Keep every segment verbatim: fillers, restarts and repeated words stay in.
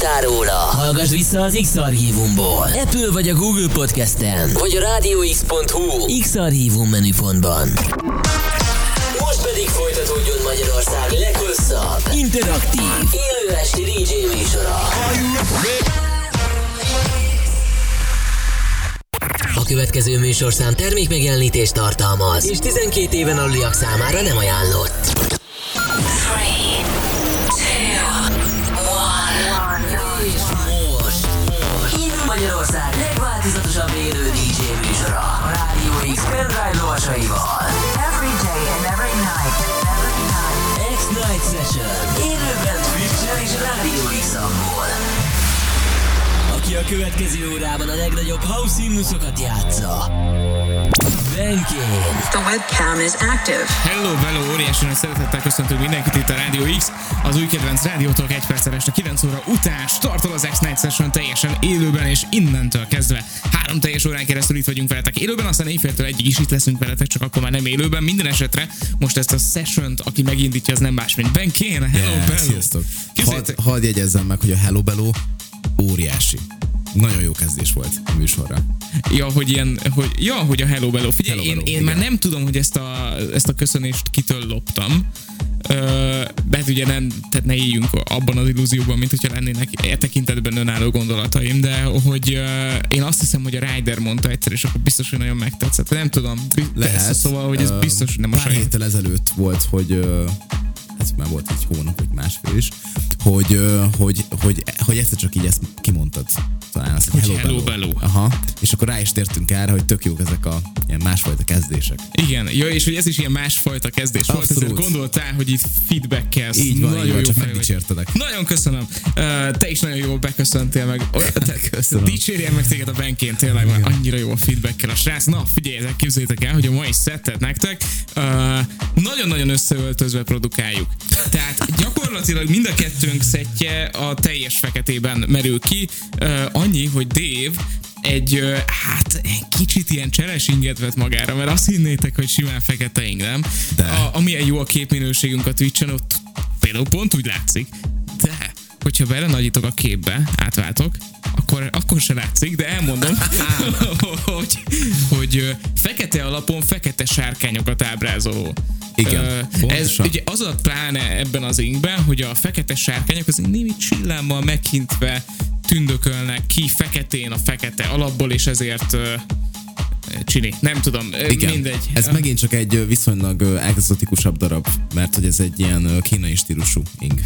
hallottál róla? Hallgass vissza az X-Archívumból. Apple vagy a Google Podcasten, vagy a rádió x pont hu X-Archívum menüpontban. Most pedig folytatódjon Magyarország leghosszabb, interaktív, élő esti dé dzsé műsora. A következő műsorszám termékmegjelenítést tartalmaz, és tizenkét éven aluliak számára nem ajánlott. három, kettő, egy És most, most indul Magyarország legváltozatosabb élő dé dzsé műsora a Rádió X pendrive lovasaival. Every day and every night, every night. X-Night Session. Élőben Twitch-en és Rádió X-amból. Aki a következő órában a legnagyobb house himnuszokat játsza. Benkén. The webcam is active. Hello, hello, óriási nagy szeretettel köszöntünk mindenkit itt a Rádió X. Az új kedvenc rádiótok egy perccel este kilenc óra után startol az X-Night Session teljesen élőben, és innentől kezdve három teljes órán keresztül itt vagyunk veletek élőben, aztán éjféltől egyig is itt leszünk veletek, csak akkor már nem élőben. Minden esetre most ezt a sessiont, aki megindítja, az nem más, mint Benkén. Hello, yeah, hello. Sziasztok. Hadd had jegyezzem meg, hogy a Hello Bello óriási. Nagyon jó kezdés volt a műsorra. Ja, hogy ilyen, hogy, ja, hogy a Hello Bello. Figyelj, Hello, én, Bello, én már nem tudom, hogy ezt a, ezt a köszönést kitől loptam. De uh, ugye nem, tehát ne éljünk abban az illúzióban, mint hogyha lennének e tekintetben önálló gondolataim, de hogy uh, én azt hiszem, hogy a Ryder mondta egyszer, és akkor biztos, hogy nagyon megtetszett. Nem tudom, lehet. Szóval, hogy ez uh, biztos, nem a saját. Pár héttel ezelőtt volt, hogy uh, ez már volt egy hónap, vagy másfél is, hogy, uh, hogy, hogy, hogy egyszer csak így ezt kimondtad. Talán azt, hogy Hello, hello Bello. Bello. Aha, és akkor rá is tértünk erre, hogy tök jók ezek a ilyen másfajta kezdések. Igen, jó, és hogy ez is ilyen másfajta kezdés volt, ezért gondoltál, hogy itt feedback-kelsz. Így van, nagyon így van, jó csak fej, megdicsértelek. Nagyon köszönöm. Uh, te is nagyon jól beköszöntél meg. Köszönöm. Dicsérjen meg téged a Benkén, tényleg már annyira jó a feedback-kel a srác. Na, figyeljetek, képzeljétek el, hogy a mai szettet nektek uh, nagyon-nagyon összeöltözve produkáljuk. Tehát gyakorlatilag mind a kettőnk szettje a teljes feketében merül ki. Uh, annyi, hogy Dave egy, uh, hát egy kicsit ilyen cseles inget vett magára, mert azt hinnétek, hogy simán fekete ing, nem? De. A, amilyen jó a képminőségünk a Twitch-en, ott például pont úgy látszik. De, hogyha belenagyítok a képbe, átváltok, akkor, akkor se látszik, de elmondom, hogy, hogy fekete alapon fekete sárkányokat ábrázoló. Igen, uh, ez ugye az a pláne ebben az inkben, hogy a fekete sárkányok az némi csillámmal meghintve tündökölnek ki feketén a fekete alapból, és ezért uh, csini. Nem tudom, igen. Mindegy. Ez megint csak egy viszonylag egzotikusabb darab, mert hogy ez egy ilyen kínai stílusú ing.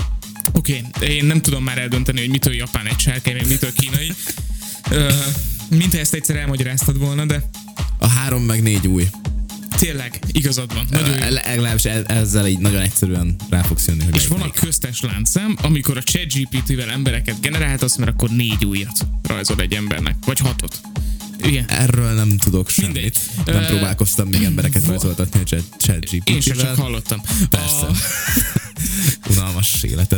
Oké, okay. Én nem tudom már eldönteni, hogy mitől japán egy sárkány, meg mitől kínai. uh, Mintha ezt egyszer elmagyaráztad volna, de... A három meg négy új. Tényleg, igazad van. Nagyon jó. Legalábbis ezzel így nagyon egyszerűen rá fogsz jönni, hogy és van a köztes láncszám, amikor a ChatGPT-vel embereket generáltasz, mert akkor négy újat rajzol egy embernek, vagy hatot. Igen. Erről nem tudok semmit. Mindegy. Nem uh, próbálkoztam még embereket rajzoltatni a ChatGPT-vel. Én sem csak hallottam. Persze. A... Unalmas életed.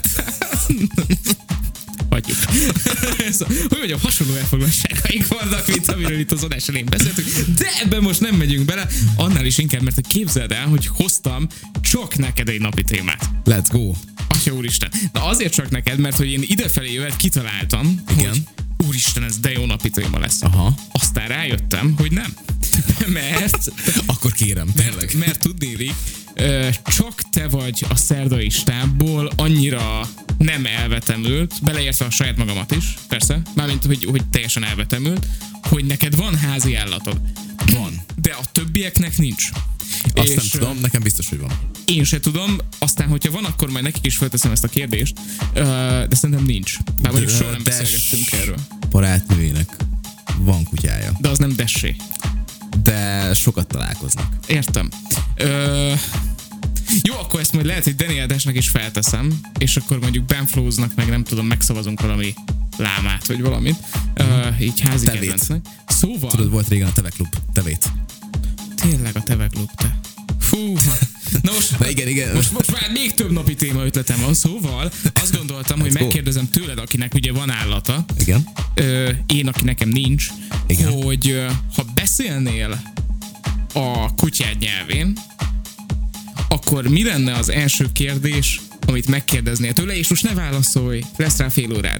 Hagyjuk. Hogy mondjam, hasonló elfoglaltságaink vannak, mint amiről itt az adás elején beszéltünk, de ebben most nem megyünk bele, annál is inkább, mert hogy képzeld el, hogy hoztam csak neked egy napi témát. Let's go. Atya úristen. Na azért csak neked, mert hogy én idefelé jövet kitaláltam, igen, hogy úristen, ez de jó napi téma lesz. Aha. Aztán rájöttem, hogy nem. Mert... Akkor kérem, tényleg. Mert, mert tudnélik, csak te vagy a szerdai stábból annyira nem elvetemült, beleértve a saját magamat is, persze, mármint, hogy, hogy teljesen elvetemült, hogy neked van házi állatod. Van. De a többieknek nincs. Azt és nem tudom, nekem biztos, hogy van. Én se tudom, aztán, hogyha van, akkor majd nekik is felteszem ezt a kérdést, de szerintem nincs. Bár mondjuk soha nem beszélgettünk erről. Barátnőjének van kutyája. De az nem Dessé. De sokat találkoznak. Értem. Ö... Jó, akkor ezt majd lehet, hogy Daniel Dash-nek is felteszem, és akkor mondjuk Ben Flowsnak meg nem tudom, megszavazunk valami lámát, vagy valamit. Uh, így házi kedvencnek. Szóval... Tudod, volt régen a Teveklub. Tevét. Tényleg a Teveklub, te. Fú, na most, na igen, igen. Most, most már még több napi téma ötletem van, szóval azt gondoltam, hogy megkérdezem tőled, akinek ugye van állata, igen. Ö, én, aki nekem nincs, igen. Hogy ö, ha beszélnél a kutyád nyelvén, akkor mi lenne az első kérdés, amit megkérdeznél tőle, és most ne válaszolj, lesz rá fél órád.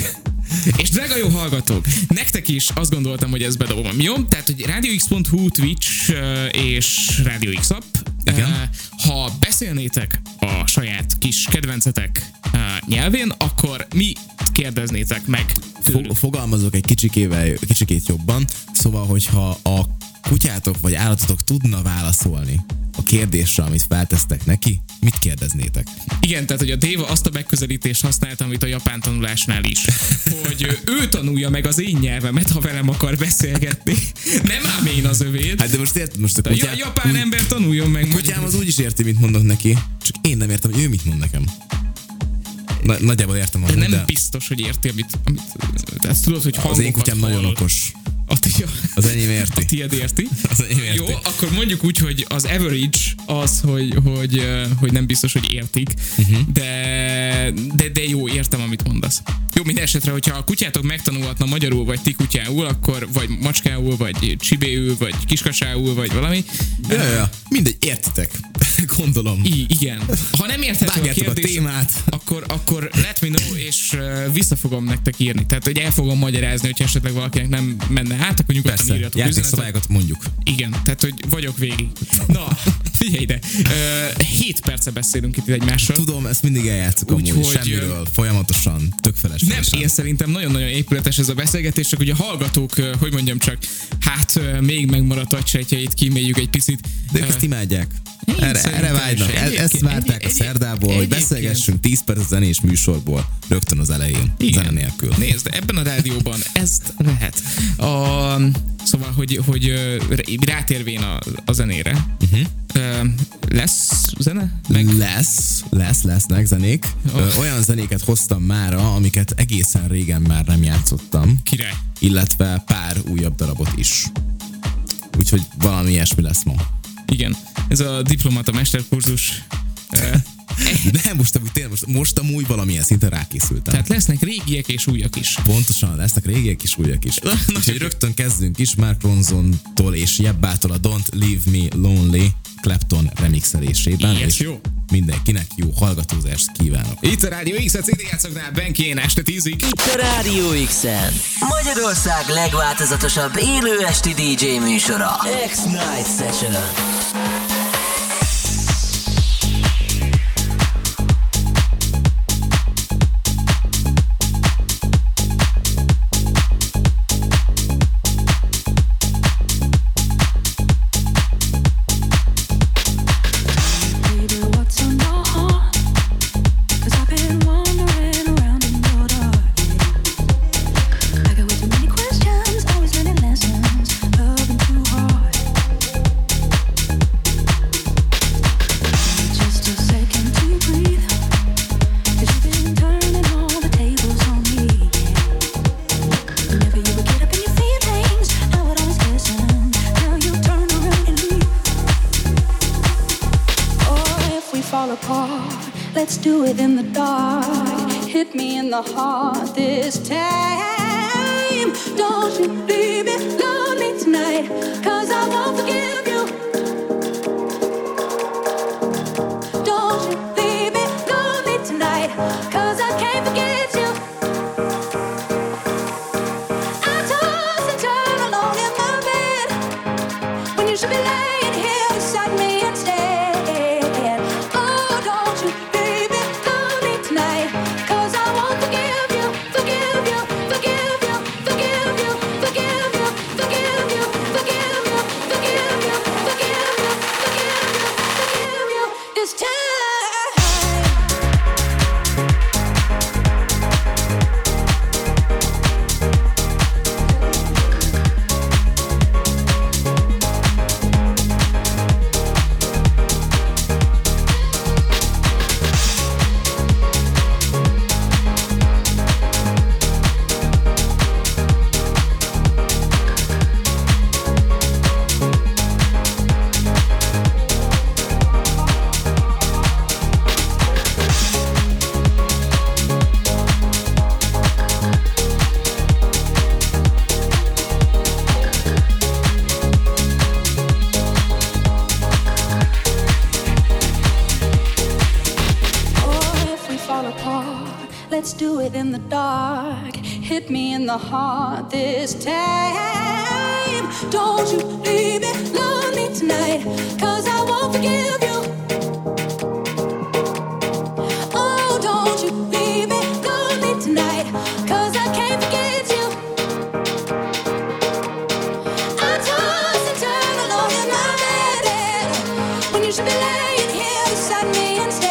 És drága jó hallgatók, nektek is azt gondoltam, hogy ez bedobom. Jó? Tehát, hogy rádió x pont hu, Twitch és rádió X app. Igen. Ha beszélnétek a saját kis kedvencetek nyelvén, akkor mi kérdeznétek meg tőlük? Fo- fogalmazok egy kicsikével, kicsikét jobban. Szóval, hogyha a kutyátok vagy állatotok tudna válaszolni a kérdésre, amit feltesztek neki, mit kérdeznétek? Igen, tehát hogy a Déva azt a megközelítést használta, amit a japán tanulásnál is. Hogy ő tanulja meg az én nyelvemet, ha velem akar beszélgetni. Nem ám én az övét. Hát de most érted, most a A kutyám... japán ember tanuljon meg. A kutyám az úgy is érti, mit mondok neki, csak én nem értem, hogy ő mit mond nekem. Na, nagyjából értem De amúgy, nem de biztos, hogy érti, amit... amit ezt tudod, hogy az én kutyám hall. nagyon okos. A, tia, Az enyém érti. a tiéd érti. Az enyém érti. Jó, akkor mondjuk úgy, hogy az average az, hogy, hogy, hogy nem biztos, hogy értik, uh-huh. de, de, de jó, értem, amit mondasz. Jó, minden esetre, hogyha a kutyátok megtanulhatna magyarul, vagy ti kutyául, akkor vagy macskául, vagy csibéül, vagy kiskacsául, vagy valami. Ja, ja, ja. Mindegy, értitek. Gondolom. I- igen. Ha nem érthető a Vágjátok a kérdés, témát. akkor, akkor let me know, és uh, vissza fogom nektek írni. Tehát, hogy el fogom magyarázni, hogyha esetleg valakinek nem menne át, akkor nyugodtan Persze, írjatok üzenetet. játékszabályokat mondjuk. Igen, tehát, hogy vagyok végig. Na, figyelj ide. Uh, hét perce beszélünk itt egymással. Tudom, ezt mindig eljátszuk Úgy, amúgy, hogy, semmiről, folyamatosan, tök feleslegesen. Nem, én szerintem nagyon-nagyon épületes ez a beszélgetés, csak ugye a hallgatók, uh, hogy mondjam csak, hát uh, még megmaradt agysejtjeit kíméljük egy picit. De ők ezt imádják. Én Erre, szerintem erre vágynak. is. E- Ezt Egyébként- várták a egy- szerdából, hogy egyébként- beszélgessünk tíz perc zenés műsorból rögtön az elején, zene nélkül. Nézd, ebben a rádióban ezt lehet. A, szóval, hogy, hogy ö, rátérvén a, a zenére, uh-huh. ö, lesz zene? Meg Lesz, lesz, lesznek zenék. Oh. Ö, Olyan zenéket hoztam mára, amiket egészen régen már nem játszottam, király. illetve pár újabb darabot is. Úgyhogy valami ilyesmi lesz ma. Igen, ez a diplomata mesterkurzus. Ö, De most, amúgy tényleg, most, most amúgy valamilyen szinten rákészültem. Tehát lesznek régiek és újak is. Pontosan, lesznek régiek is, újak is. Úgyhogy rögtön kezdünk is Mark Ronsontól és Jebbától a Don't Leave Me Lonely Clapton remixelésében. Yes, és jó. mindenkinek jó hallgatózást kívánok. Itt a Rádió X, a cé dé játszoknál Benkén este tízig. Itt a Rádió X-en. Magyarország legváltozatosabb élő esti dé dzsé műsora. X-Night Session. Baby, what's on your heart? 'Cause I've been wandering around in your dark. I got way too many questions, always learning lessons, loving too hard. Just a second to breathe, 'cause you've been turning all the tables on me. Whenever you would get up in your feelings, I would always listen. Now you turn around and leave. Or if we fall apart, let's do it in the dark. Hit me in the heart this time. Don't you leave me lonely tonight, 'cause I won't forgive you. Don't you leave me lonely tonight, 'cause I can't forget you. I toss and turn alone in my bed, when you should be laying here beside me instead. Oh, don't you leave me lonely tonight, 'cause I won't forgive you, forgive you, forgive you, forgive you, forgive you, forgive you, forgive you, forgive Let's do it in the dark. Hit me in the heart this time. Don't you leave me lonely tonight, 'cause I won't forgive you. Oh, don't you leave me lonely tonight, 'cause I can't forget you. I toss and turn alone in my bed when you should be laying here beside me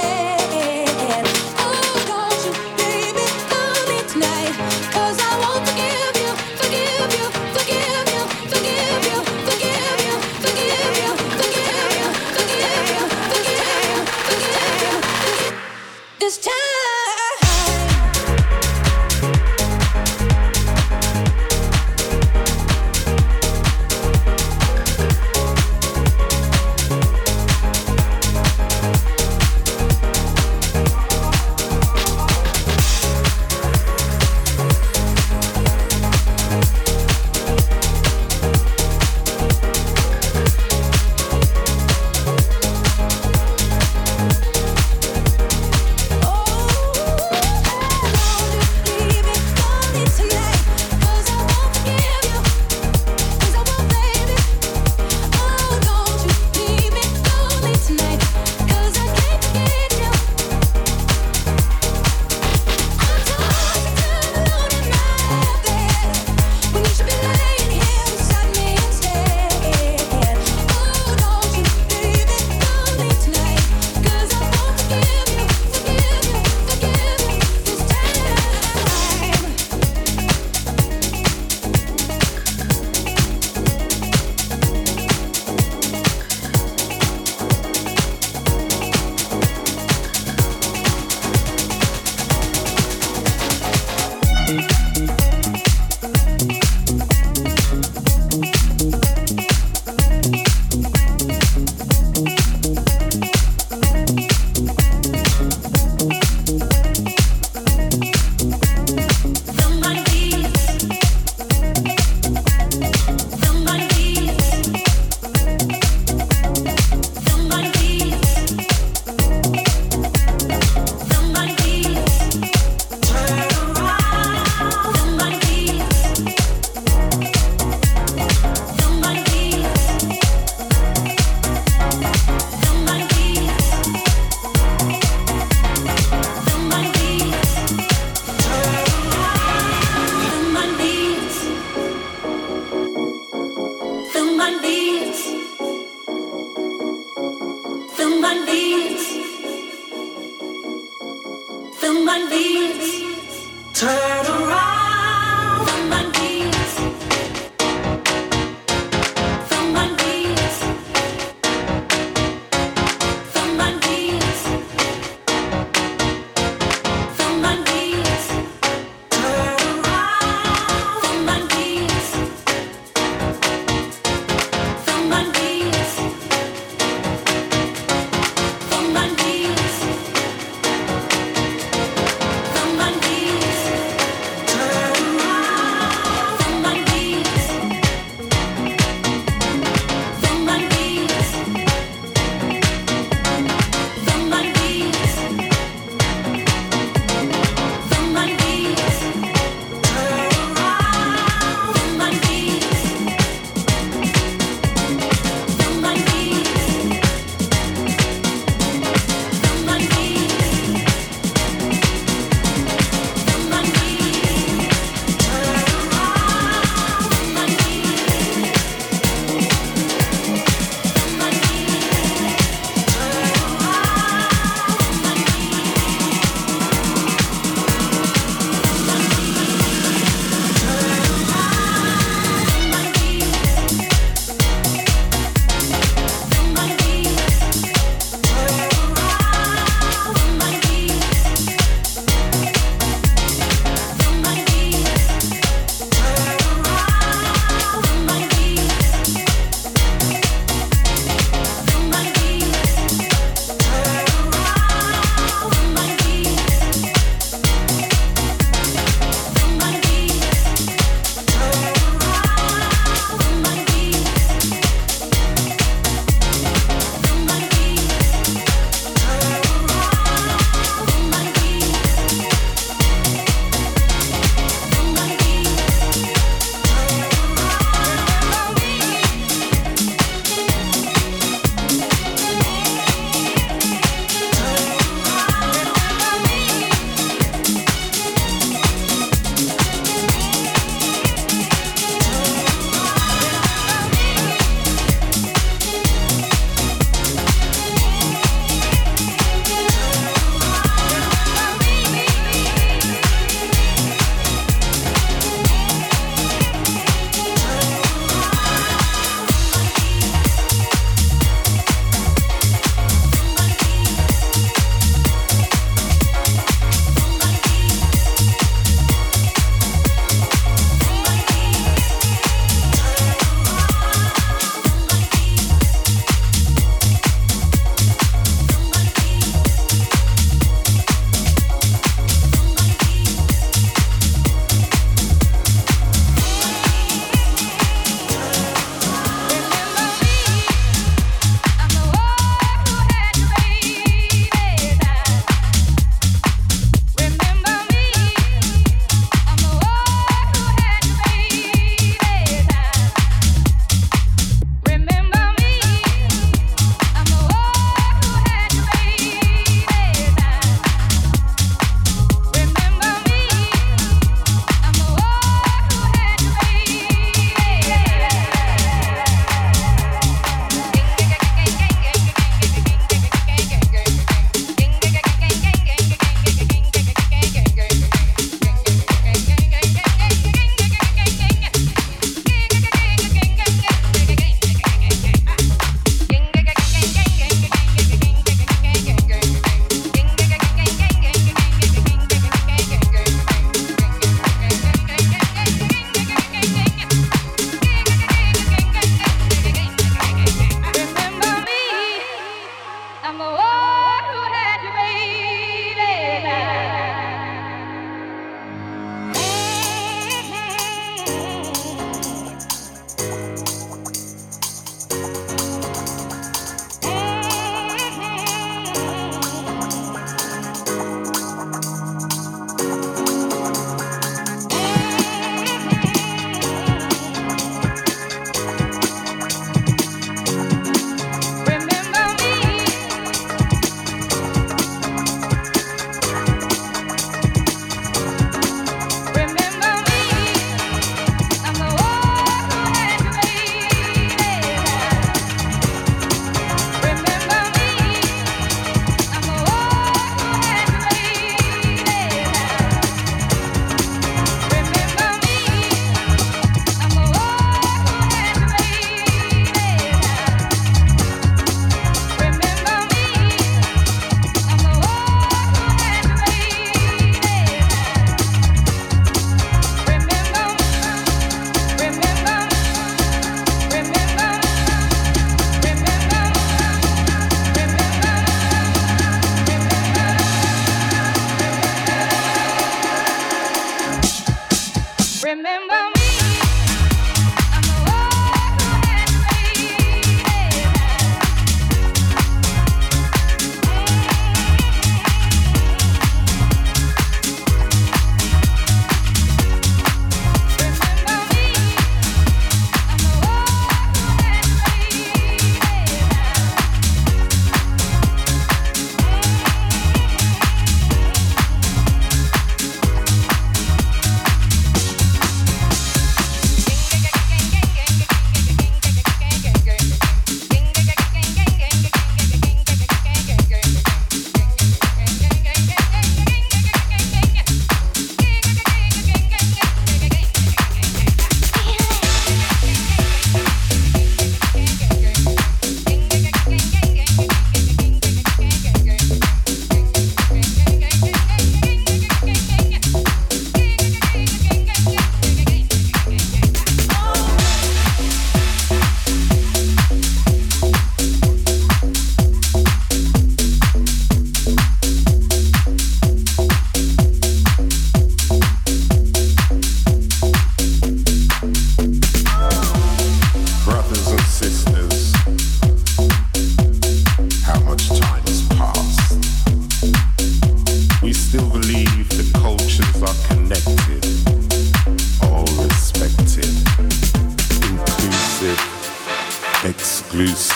instead. Oh, don't you leave me lonely tonight, 'cause I won't forgive you, forgive you, forgive you, forgive you, forgive you, forgive you, forgive you, forgive you, forgive you, forgive you. This time. Turn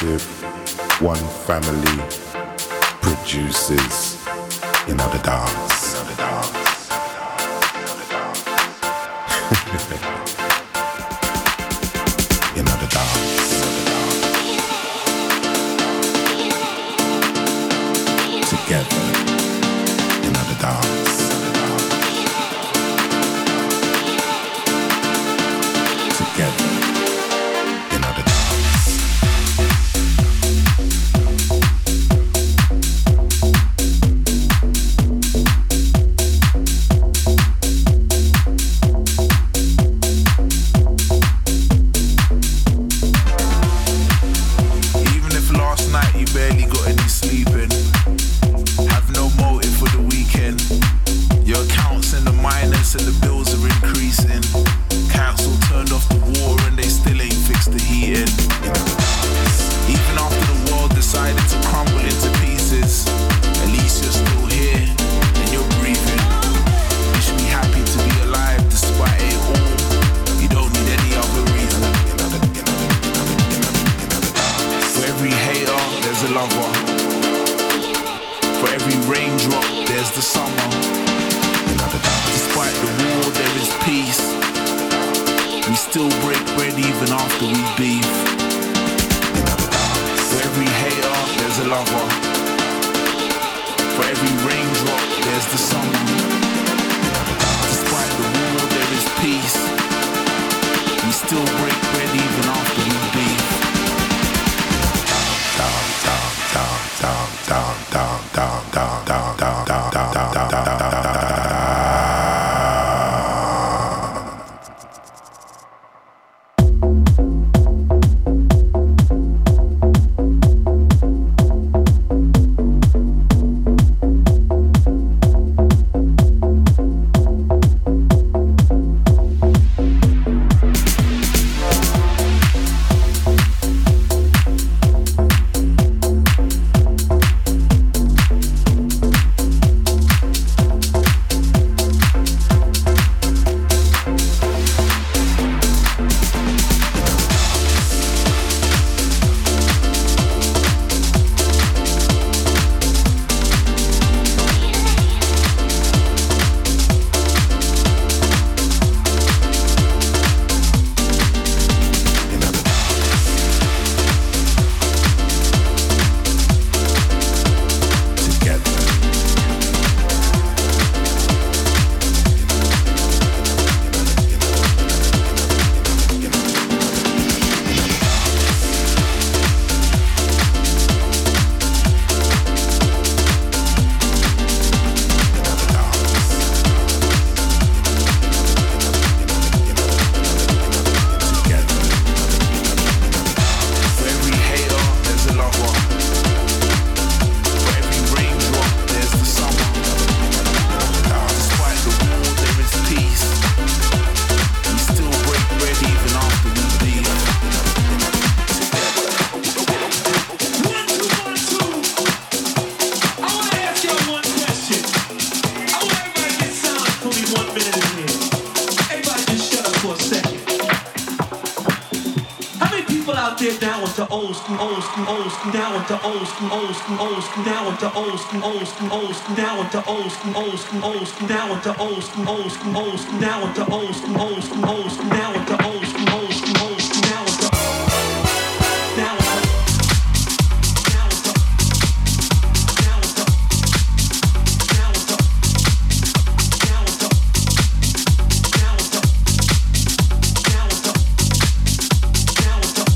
collective, one family produces, you know, the dance, you know, the dance. You know the dance, you know the dance. Together, you know the dance, you know the dance. Together, you know the dance. Old school, old school, old school, down with the old school, old school, old school, down with the old school, old school, old school, down with the old school, old school, old school, down with the old school, old school, old school, down with the old school, old school, old school, down with the old school, old school, old school, down with the down with the down with the down with the down with the down with the down with the down with the down with the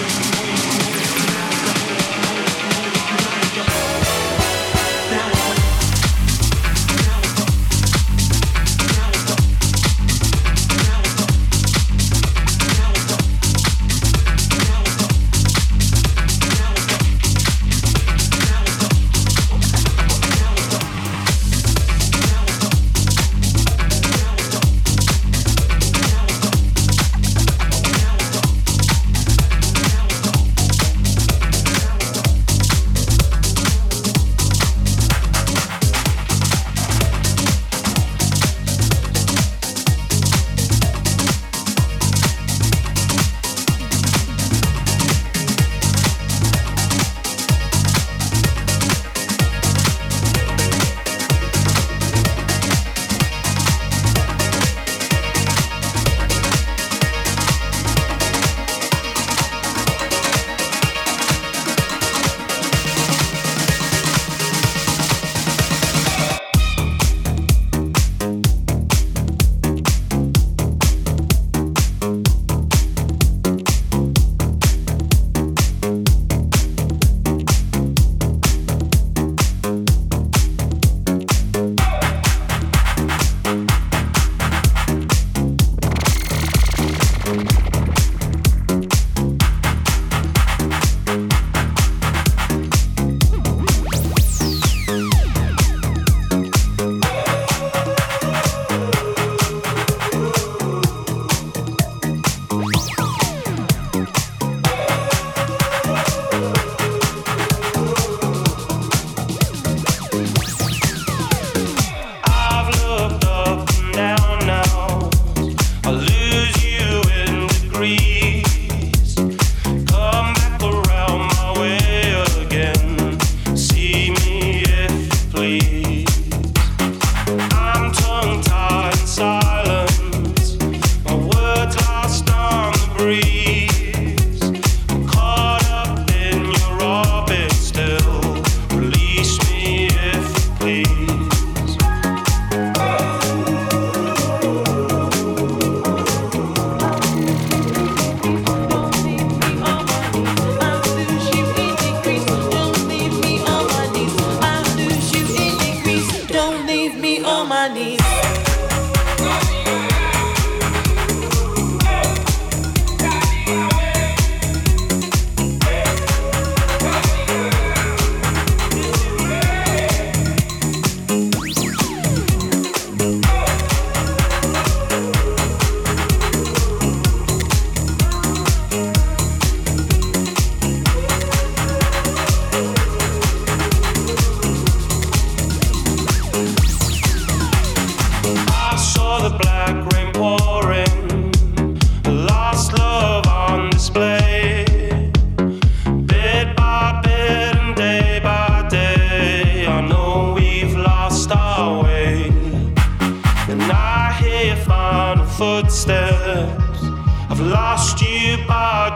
footsteps. I've lost you by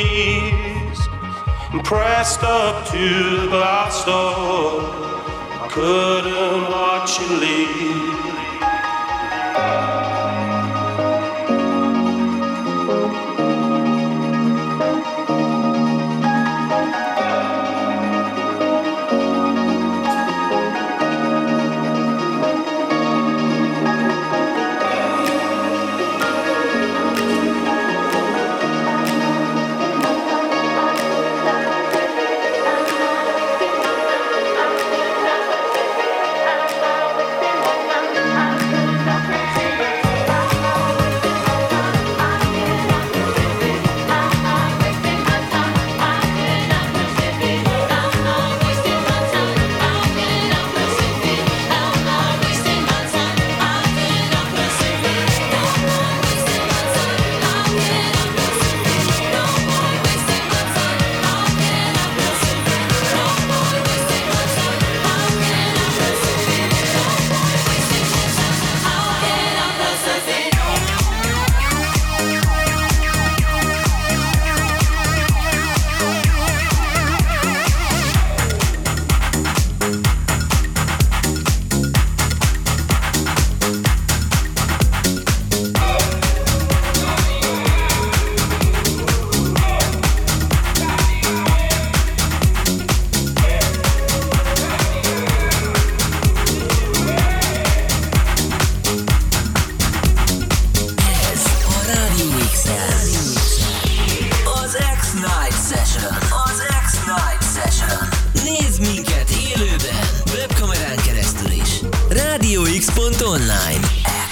degrees and pressed up to the glass door. I couldn't watch you leave. Thank you. pont online.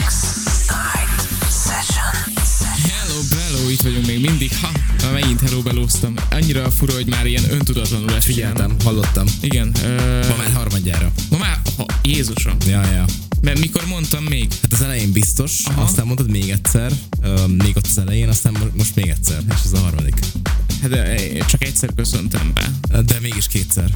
X-Night Session. Hello, bello, itt vagyunk még mindig. Ha, ha megint hello belóztam. Annyira fura, hogy már ilyen öntudatlanul ezt Figyeltem, hallottam. Igen. Ö... Ma már harmadjára. Ma már, ha, Jézusom. Ja, ja. Mert mikor mondtam még? Hát az elején biztos, Aha. aztán mondtad még egyszer, ö, még ott az elején, aztán mo- most még egyszer, és ez a harmadik. Hát de csak egyszer köszöntem be. De mégis kétszer.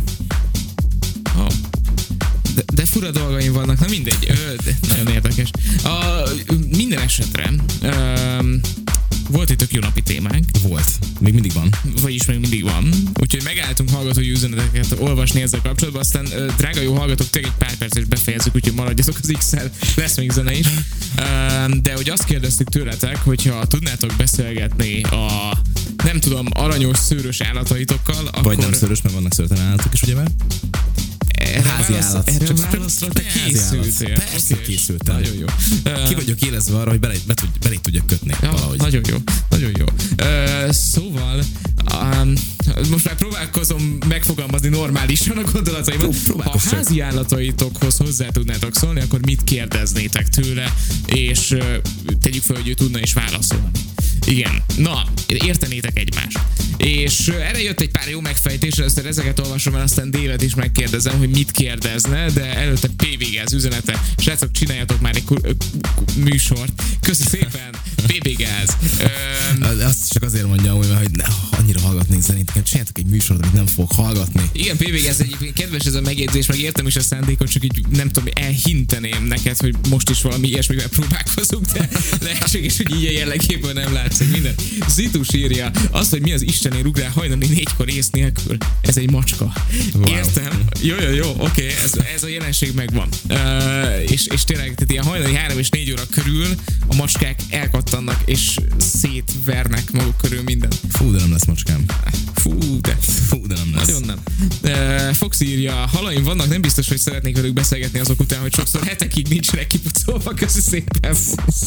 Ha. De, de fura dolgaim vannak, na mindegy. Ö, de nagyon érdekes. A, minden esetre um, volt egy tök jó napi témánk, Volt. Még mindig van. vagyis még mindig van. Úgyhogy megálltunk hallgatói üzeneteket olvasni ezzel kapcsolatban, aztán ö, drága jó hallgatók, tényleg egy pár percet befejezzük, úgyhogy maradjatok az X-el, lesz még zene is. Um, de hogy azt kérdeztük tőletek, hogyha tudnátok beszélgetni a nem tudom, aranyos, szőrös állataitokkal, akkor... Vagy nem szörös, mert vannak szörtelen állatok is, ugye? Erre Házi válasz- állat. Erre Csak válaszra te házi állat. készültél. Persze Oké. készültem. Nagyon jó. Ki vagyok élezve arra, hogy bele, be tud, belé tudjak kötni Ja, valahogy. nagyon jó, nagyon jó. Uh, szóval, um, most már próbálkozom megfogalmazni normálisan a gondolataimat. Pró- Ha próbálkozz csak. házi állataitokhoz hozzá tudnátok szólni, akkor mit kérdeznétek tőle, és uh, tegyük fel, hogy ő tudna is válaszolni. Igen, na, értenétek egymást. És uh, erre jött egy pár jó megfejtés, először ezeket olvasom el, aztán Dévet is megkérdezem, hogy mit kérdezne, de előtte pé vé gáz üzenete. Srácok, csináljatok már egy ku- ku- műsort. Köszi szépen, pé vé gáz. Um, Azt csak azért mondjam, hogy, hogy ne, annyira hallgatnék zenét, csináljátok egy műsort, amit nem fogok hallgatni. Igen, pé vé gáz egyébként kedves ez a megjegyzés, meg értem is a szándékot, csak így nem tudom, elhinteném neked, hogy most is valami ilyesmivel próbálkozunk, de lehetséges, hogy így a jellegéből nem látszik minden. Zitus írja azt, hogy mi az Istenért ugrál hajnali négykor ész nélkül. Ez egy macska. Wow. Értem. Jó, jó, jó, oké, okay. ez, ez a jelenség megvan. Uh, és, és tényleg, tehát ilyen hajnali három és négy óra körül a macskák elkattannak és szétvernek maguk körül minden. Fú, de nem lesz macskám. Fú, de Fú, de nem lesz. nagyon nem. Uh, Fox írja, halaim vannak, nem biztos, hogy szeretnék velük beszélgetni azok után, hogy sokszor hetekig nincsenek kipucolva. Köszi szépen, Fox.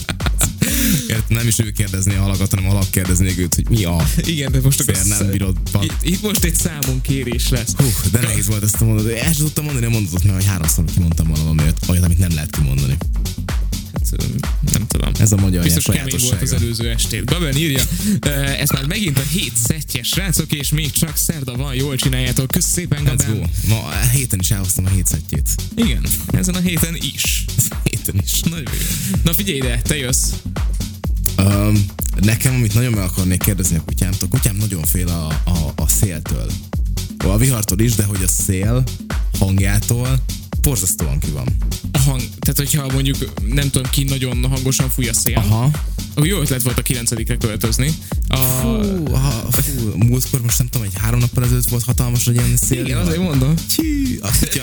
Ért, nem is ő kérdezni a halakat, hanem a halak kérdeznék őt, hogy mi a... Igen, de most Fér, nem bírod. Itt, itt most egy számon kérés lesz. Hú, de nehéz volt ezt a mondatot. El sem tudtam mondani a mondatot, mert hogy háromszor kimondtam valami olyat, olyat, amit nem lehet kimondani. Hát, nem tudom. Ez a magyar Biztos ilyen kemény volt az sajátossága. előző estét. Gaben írja, uh, ez már megint a hét szettje, srácok, és még csak szerda van, jól csináljátok. Kösz szépen, Let's Gaben. go. Ma a héten is elhoztam a hétszettjét. Igen, ezen a héten is. Héten is. Nagyon jó. Na figyelj ide, te jössz. Um, nekem, amit nagyon meg akarnék kérdezni a kutyámtól, a kutyám nagyon fél a, a, a széltől. A vihartól is, de hogy a szél hangjától borzasztóan ki van. A hang, tehát hogyha mondjuk nem tudom ki nagyon hangosan fúj a szél, Aha. akkor jó ötlet volt a kilencedikre költözni. A... Fú, ha, fú, múltkor most nem tudom, egy három nappal ezelőtt volt hatalmas egy ilyen szél. Igen, azért mondom. Csí, a kutya.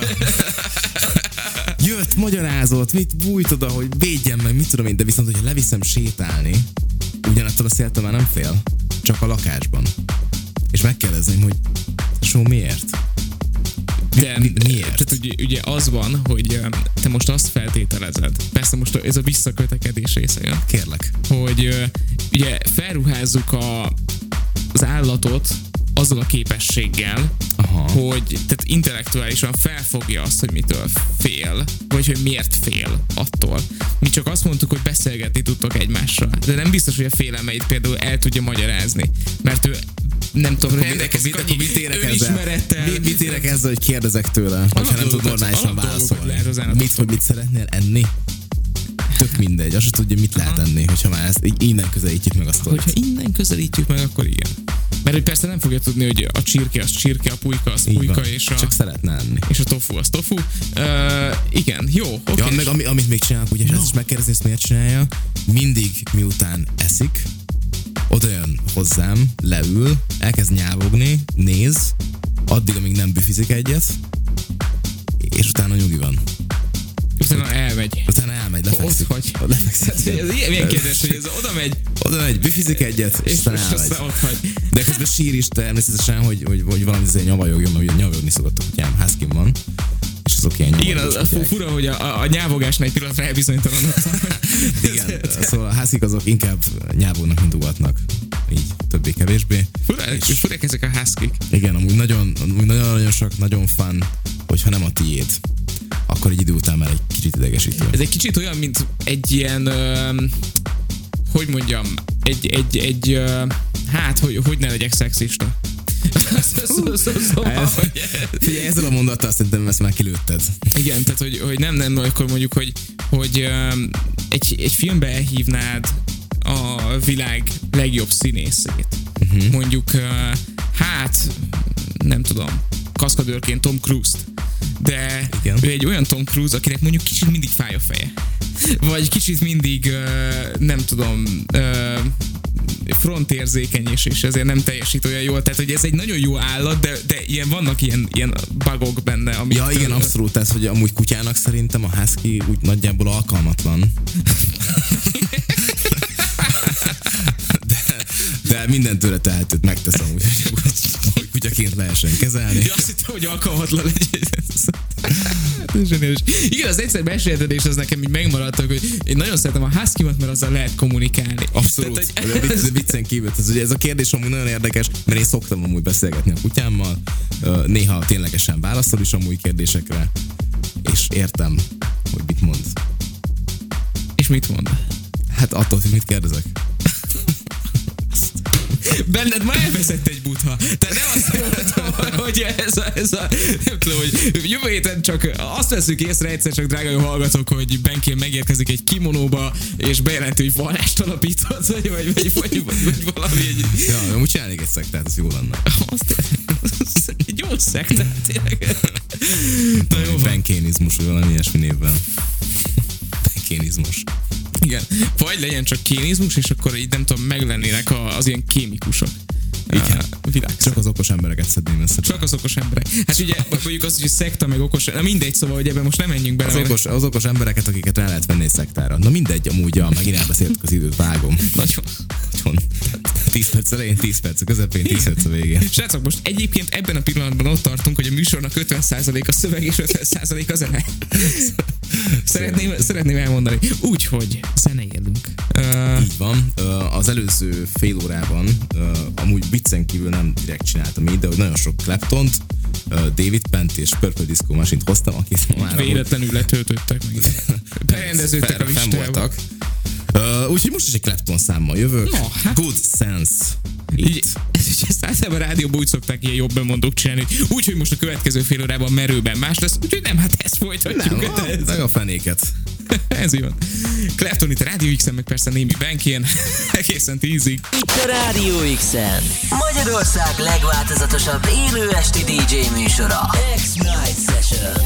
Jött, magyarázott, mit bújt oda, hogy védjen meg, mit tudom én, de viszont, hogyha leviszem sétálni, ugyanattól a széltől már nem fél, csak a lakásban. És megkérdezném, hogy só, miért? De, mi- miért? Tehát ugye, ugye az van, hogy öm, te most azt feltételezed, persze most ez a visszakötekedés része jön, Kérlek. hogy ö, ugye felruházzuk a, az állatot azzal a képességgel, Aha. hogy tehát intellektuálisan felfogja azt, hogy mitől fél, vagy hogy miért fél attól. Mi csak azt mondtuk, hogy beszélgetni tudtok egymással, de nem biztos, hogy a félelmeit például el tudja magyarázni, mert ő nem tudom, Akkor, rendelkezik akkor, annyi mit érek ezzel? önismerettel. Mi, mit érek ezzel, hogy kérdezek tőle, hogyha nem tud Alapdolgokat- normálisan alapdolgokat lehet az válaszolni? állatoktól. Mit, hogy mit szeretnél enni? Tök mindegy, azt se tudja, mit lehet enni, hogyha már ezt így innen közelítjük meg a sztorit. Hogyha innen közelítjük meg, akkor igen. Mert hogy persze nem fogja tudni, hogy a csirke az csirke, a pulyka az Így pulyka, van. és a, Csak szeretne enni. és a tofu az tofu. Uh, igen, jó, oké. Ja, Okay. meg ami, amit még csinálok, ugye, és ezt is megkérdezni, ezt miért csinálja, mindig miután eszik, oda jön hozzám, leül, elkezd nyávogni, néz, addig, amíg nem büfizik egyet, és utána nyugi van. Utána elmegy. Utána elmegy, lefekszik. Ott hagy. Lefekszik. Ez ilyen, milyen kérdés, hogy ez oda megy, Oda megy, büfizik egyet, és, és aztán most elmegy. aztán ott hagy. De közben sír is természetesen, hogy, hogy, hogy valami azért nyavajogjon, mert ugye nyavajogni szokott a kutyám, husky van. És azok ilyen Igen, az, az nyavajogós fura, hogy a, a, a nyávogásnál egy pillanatra elbizonytalanodtam. Igen, szóval a huskyk azok inkább nyávognak, mint ugatnak. Így, többé-kevésbé. Furák, furák ezek a huskik. Igen, amúgy nagyon, amúgy nagyon aranyosak, nagyon fun, hogyha nem a tiéd. akkor egy idő után már egy kicsit idegesítő. Ez egy kicsit olyan, mint egy ilyen, ö, hogy mondjam, egy, egy, egy ö, hát, hogy, hogy ne legyek szexista. Ez, figyelj, ezzel a mondattal szerintem ezt már kilőtted. Igen, tehát hogy, hogy nem, nem, akkor mondjuk, hogy, hogy um, egy, egy filmbe elhívnád a világ legjobb színészét. Uh-huh. Mondjuk, uh, hát, nem tudom, kaszkadőrként Tom Cruise-t. De igen. Ő egy olyan Tom Cruise, akinek mondjuk kicsit mindig fáj a feje. Vagy kicsit mindig, uh, nem tudom, uh, frontérzékeny is, és ezért nem teljesít olyan jól. Tehát, hogy ez egy nagyon jó állat, de, de ilyen, vannak ilyen, ilyen bugok benne. Amit ja, igen, abszolút. Tehát, hogy amúgy kutyának szerintem a husky úgy nagyjából alkalmatlan. de, de minden tőle tehetőt megteszem úgy, hogy kutyaként lehessen kezelni. Ja, azt hittem, hogy alkalmatlan legyen. Igen, az egyszer mesélted, és az nekem így megmaradt, hogy én nagyon szeretem a husky-mat, mert azzal lehet kommunikálni. Abszolút. Tehát, hogy... De viccen kívül. Ez, ugye ez a kérdés amúgy nagyon érdekes, mert én szoktam amúgy beszélgetni a kutyámmal, néha ténylegesen válaszol is amúgy kérdésekre, és értem, hogy mit mond. És mit mond? Hát attól, hogy mit kérdezek. Benned már elveszett egy butha. Tehát nem azt mondom, hogy ez a, ez a, nem tudom, hogy jövő héten csak azt veszük észre egyszer csak, drága jó hallgatók, hogy Benkén megérkezik egy kimonóba, és bejelenti, hogy vallást alapított, vagy, vagy, vagy, vagy, vagy, vagy valami egy... Ja, amúgy csinálnék egy szektát, az jó lenne. Azt egy jó szektát, tényleg. Na jó, benkénizmus, vagy valami ilyesmi névvel. Benkénizmus. Igen, vagy legyen csak kénizmus, és akkor így nem tudom, meglennének az ilyen kémikusok. Igen. Világ. Csak az okos embereket szedném össze. Csak az okos emberek. Hát ugye mondjuk azt, hogy szekta meg okos, na mindegy, szóval, hogy ebben most nem menjünk bele. Az okos, az okos embereket, akiket rá lehet venni egy szektára. Na mindegy, amúgy, ja, megint elbeszéltük az időt, vágom. Nagyon. Nagyon. tíz perc elején, tíz perc a közepén, tíz perc a végén. Srácok, most egyébként ebben a pillanatban ott tartunk, hogy a műsornak ötven százalék a szöveg és ötven százalék a zene. Szeretném, szeretném elmondani. Úgyhogy zenéjélünk. Uh... Így van. Uh, az előző fél órában uh, amúgy viccen kívül nem direkt csináltam így, de hogy nagyon sok Claptont, uh, David Pent és Purple Disco Machine-t hoztam, akit ma már... Véletlenül letöltöttek meg. Berendeződtek a listába. Uh, úgyhogy most is egy Clapton számmal jövök. No, hát. Good Sense. Így, ezt általában a rádióban úgy szokták ilyen jobb bemondók csinálni, úgyhogy most a következő fél órában merőben más lesz, úgyhogy nem, hát ezt folytatjuk. Nem, a, ez a fenéket. Ez így van. Clapton itt a Rádió X-en, meg persze némi Benkén, egészen tízig. Itt a Rádió X-en, Magyarország legváltozatosabb élő esti dé dzsé műsora, X-Night Session.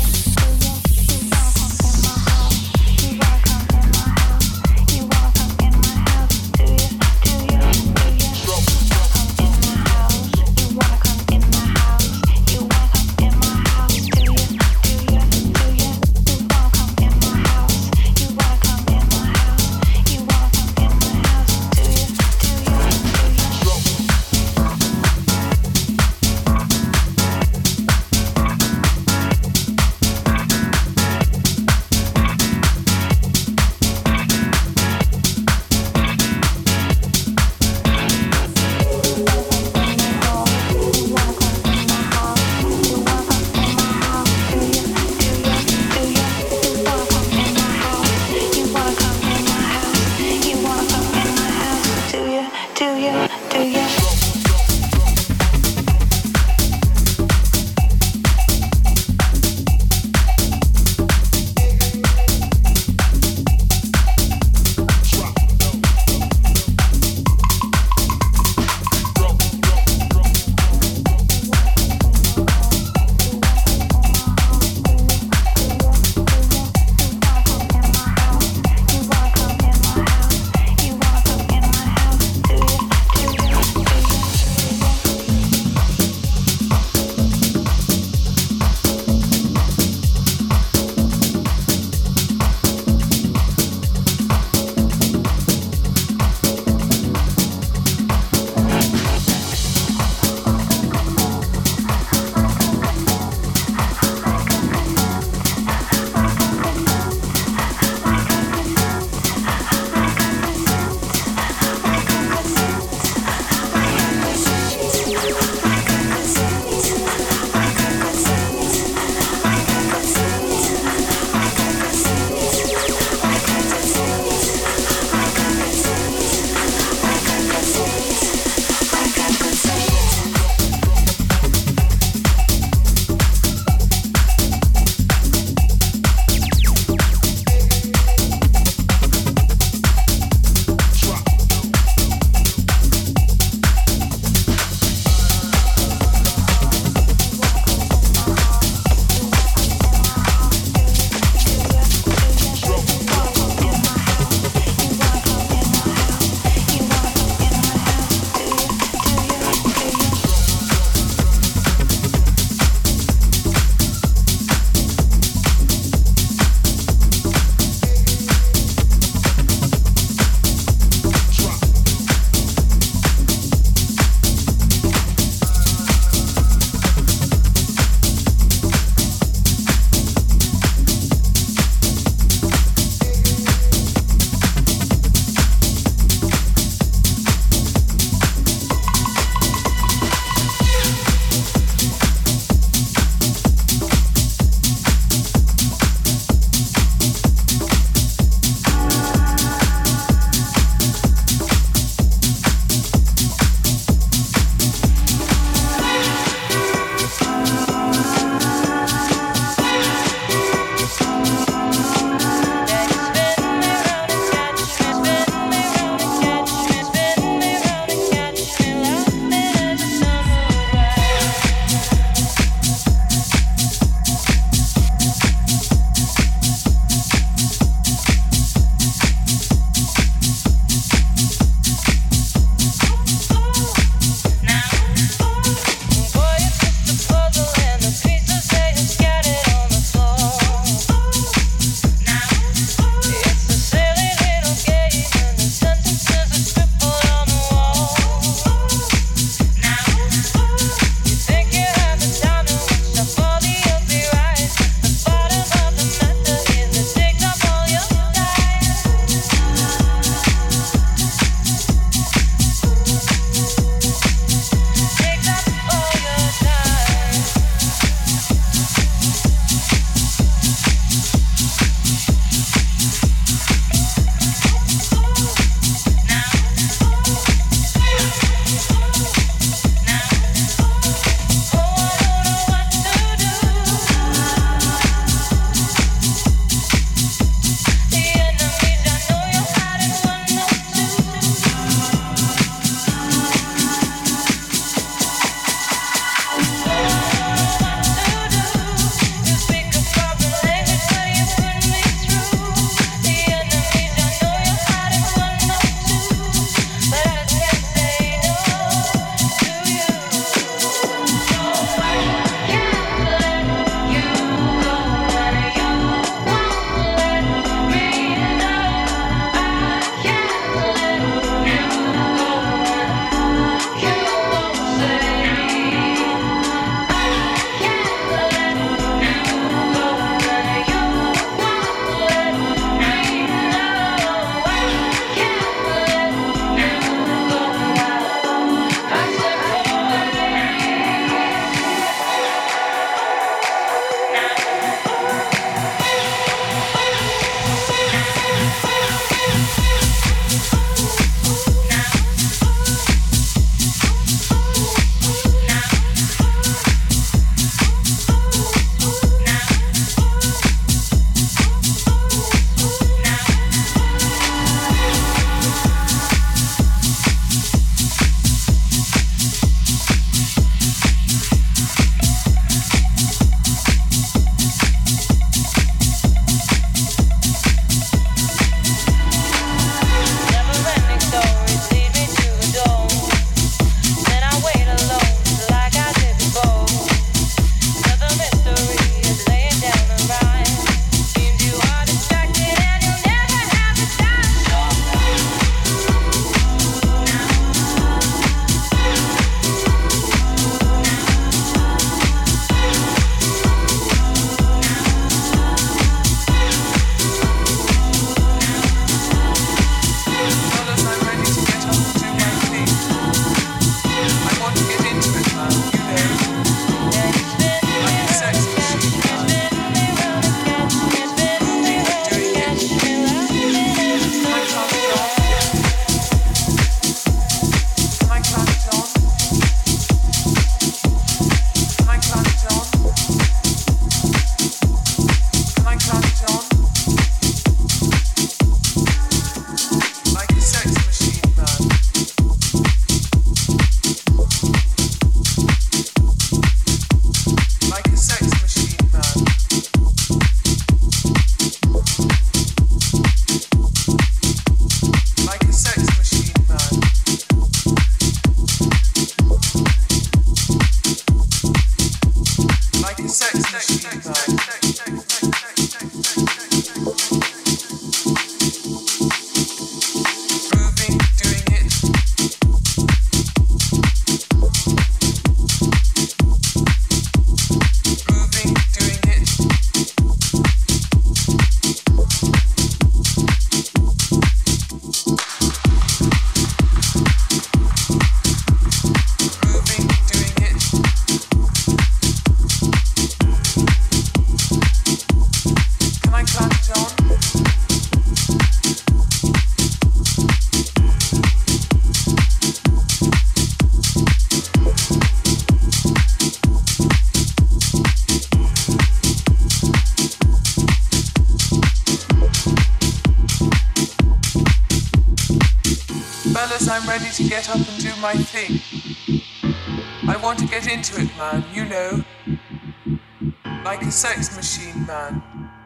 ready to get up and do my thing. I want to get into it, man, you know. Like a sex machine, man.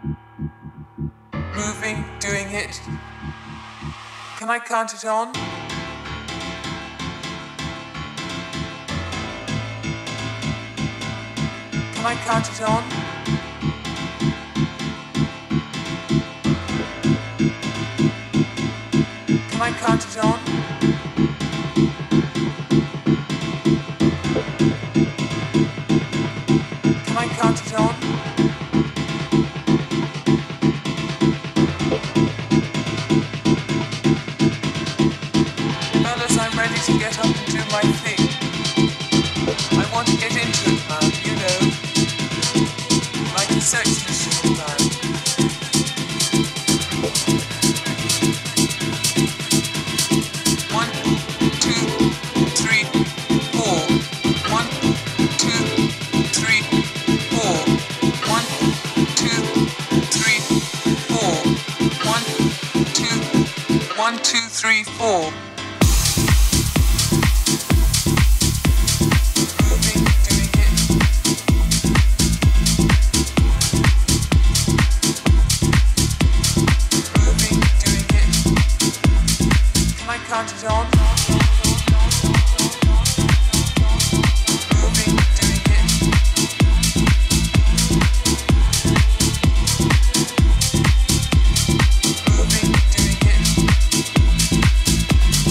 Moving, doing it. Can I count it on? Can I count it on? Can I count it on? Can I count it on? Fellas, I'm ready to get up and do my thing. I want to get into it, man, you know. Like a sex machine, man. One, two, three, four. One, two, three, four. One, two, three, four. One, two, one, two, three, four. Moving, doing it. Moving, doing it. Can I count it on? Moving, doing it. Moving, doing it.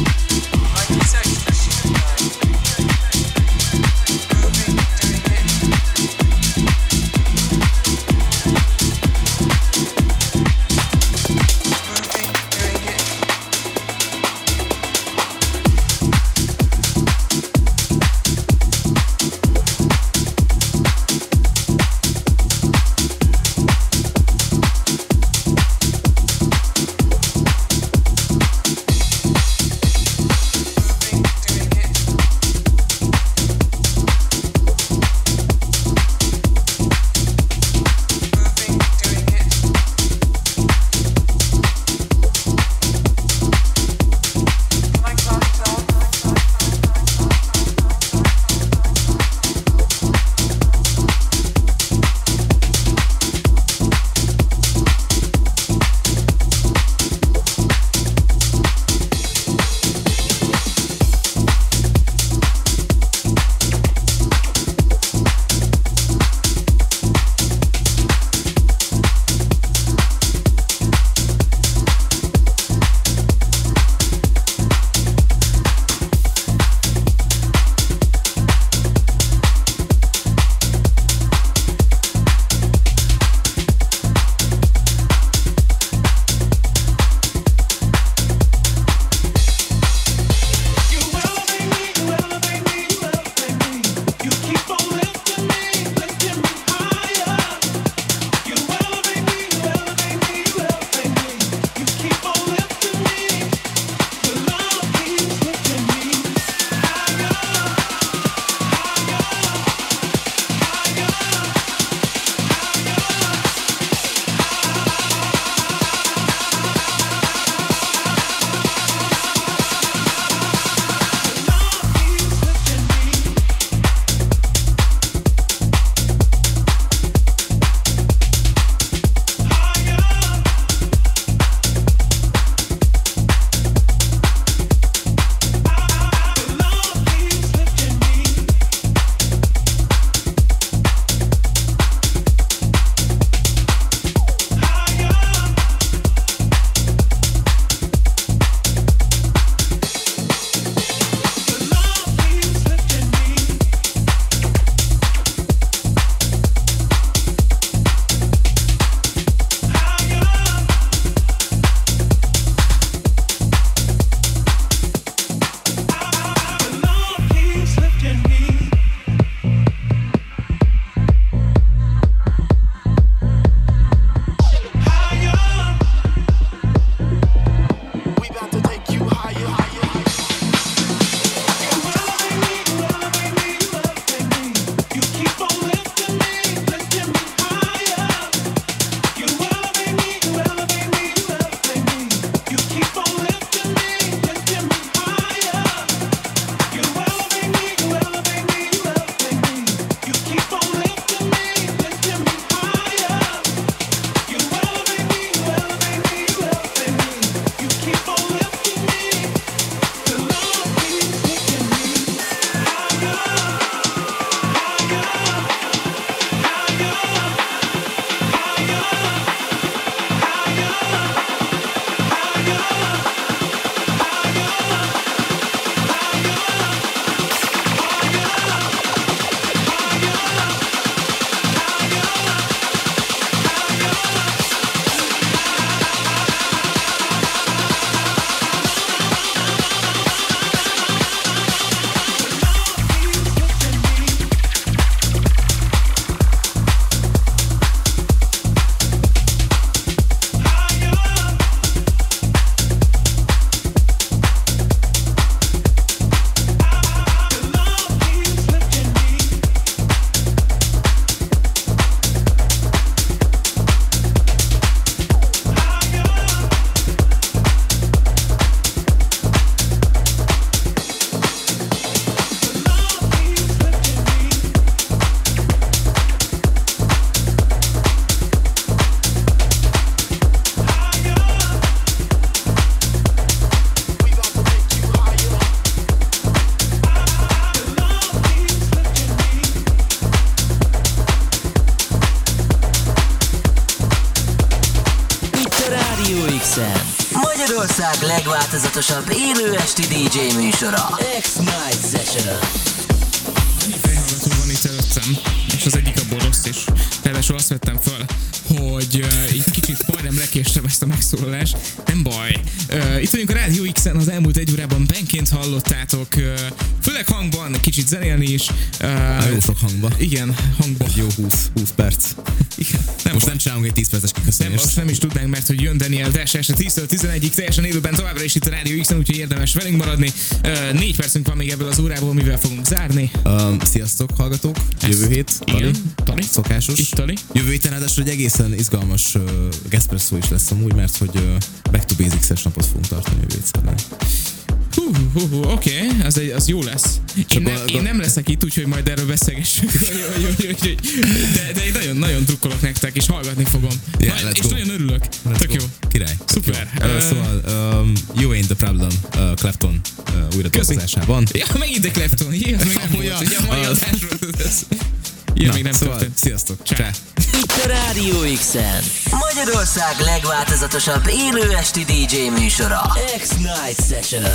X-en. Magyarország legváltozatosabb élő esti dé dzsé műsora. X-Night Session. Annyi fejhallgató van itt előttem, és az egyik abból rossz is. Ráadásul azt vettem föl, hogy uh, így kicsit majdnem lekéstem ezt a megszólalást. Nem baj. Uh, itt vagyunk a Rádió X-en, az elmúlt egy órában benként hallottátok, uh, főleg hangban, kicsit zenélni is. Uh, A jó sok hangba. Igen, hangban. Jó húsz perc. Igen. Nem Most baj. nem csinálunk egy tíz perces Nem, kiköszönést. most nem is tudnánk, mert hogy jön Daniel Dash este tíztől tizenegyig teljesen élőben továbbra is itt a Rádió X-en, úgyhogy érdemes velünk maradni. Uh, négy percünk van még ebből az órából, mivel fogunk zárni. Um, sziasztok, hallgatók! Jövő hét, Tali. Igen, Tali. Szokásos. Itt Tali. Jövő héten ráadásul egy egészen izgalmas uh, Gaspresso is lesz amúgy, mert hogy uh, Back to Basics-es napot fogunk tartani jövő héten. Hú, hú, hú, oké, okay, az, egy- az jó lesz. Én, ne, a- én nem leszek itt, úgyhogy majd erről beszélgessünk. de, de én nagyon, nagyon drukkolok nektek, és hallgatni fogom. Yeah, Nagy, let's és go. nagyon örülök. Let's Tök go. jó. Király. Tök Szuper. jó. Uh, Uh, szóval um, You Ain't the Problem uh, Clapton uh, újra Köszi. dolgozásában. Ja, megint a Clapton. Ilyen még nem Ja, volt. Ugye a mai az- adás volt ez. Ilyen Na, még nem szóval, történt. sziasztok. Csá. Csá. Itt a Rádió X-en. Magyarország legváltozatosabb élő esti dé dzsé műsora. X-Night Session.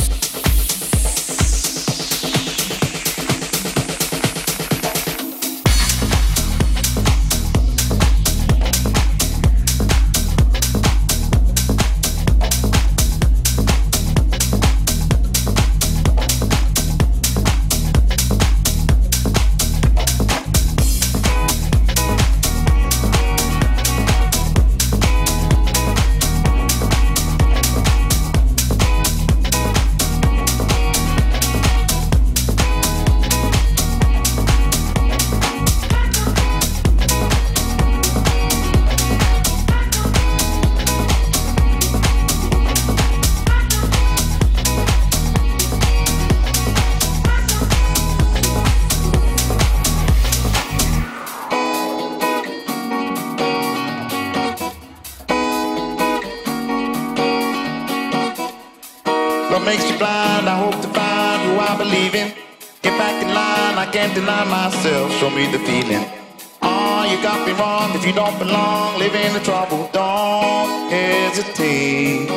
What makes you blind? I hope to find who I believe in. Get back in line, I can't deny myself. Show me the feeling. Oh, you got me wrong. If you don't belong, live in the trouble. Don't hesitate.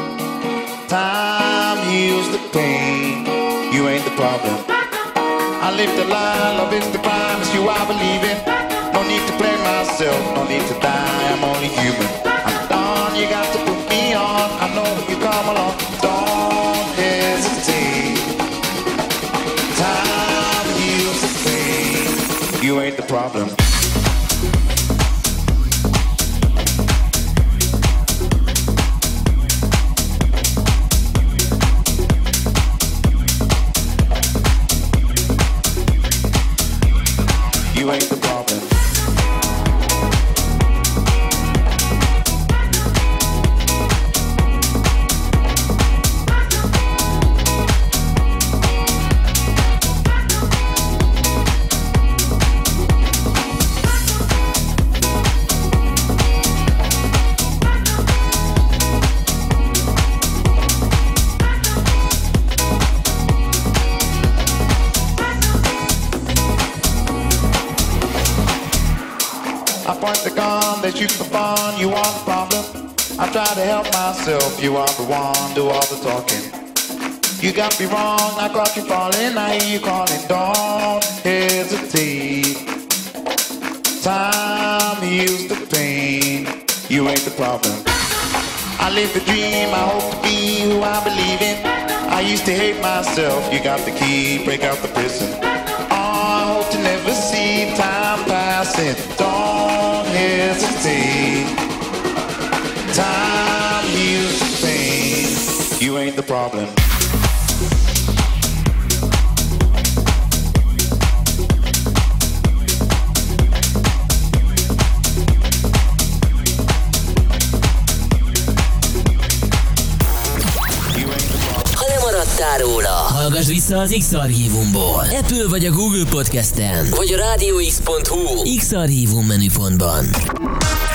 Time heals the pain. You ain't the problem. I live the lie, love is the crime. It's you I believe in. No need to blame myself, no need to die. I'm only human. I'm done. You got to put me on. I know you come along. Don't hesitate. Time heals the pain. You ain't the problem. You ain't the problem. I point the gun, they shoot the fun, you are the problem. I try to help myself, you are the one, do all the talking. You got me wrong, I caught you falling, I hear you calling, don't hesitate. Time heals the pain, you ain't the problem. I live the dream, I hope to be who I believe in. I used to hate myself, you got the key, break out the prison. Oh, I hope to never see time passing, don't hesitate. Time heals the pain, you ain't the problem. Ha lemaradtál róla, hallgass vissza az X-Archívumból. Apple vagy a Google Podcasten, vagy a rádió x pont hu X-Archívum menüpontban.